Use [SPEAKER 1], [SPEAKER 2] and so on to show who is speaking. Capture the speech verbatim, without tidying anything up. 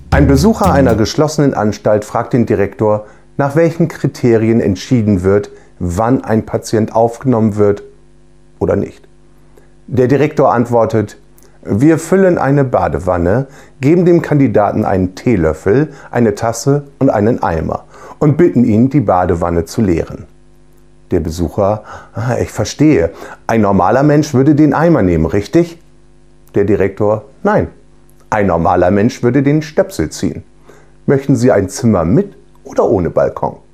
[SPEAKER 1] Ein Besucher einer geschlossenen Anstalt fragt den Direktor, nach welchen Kriterien entschieden wird, wann ein Patient aufgenommen wird oder nicht. Der Direktor antwortet: Wir füllen eine Badewanne, geben dem Kandidaten einen Teelöffel, eine Tasse und einen Eimer und bitten ihn, die Badewanne zu leeren. Der Besucher: ah, Ich verstehe, ein normaler Mensch würde den Eimer nehmen, richtig? Der Direktor: Nein, ein normaler Mensch würde den Stöpsel ziehen. Möchten Sie ein Zimmer mit oder ohne Balkon?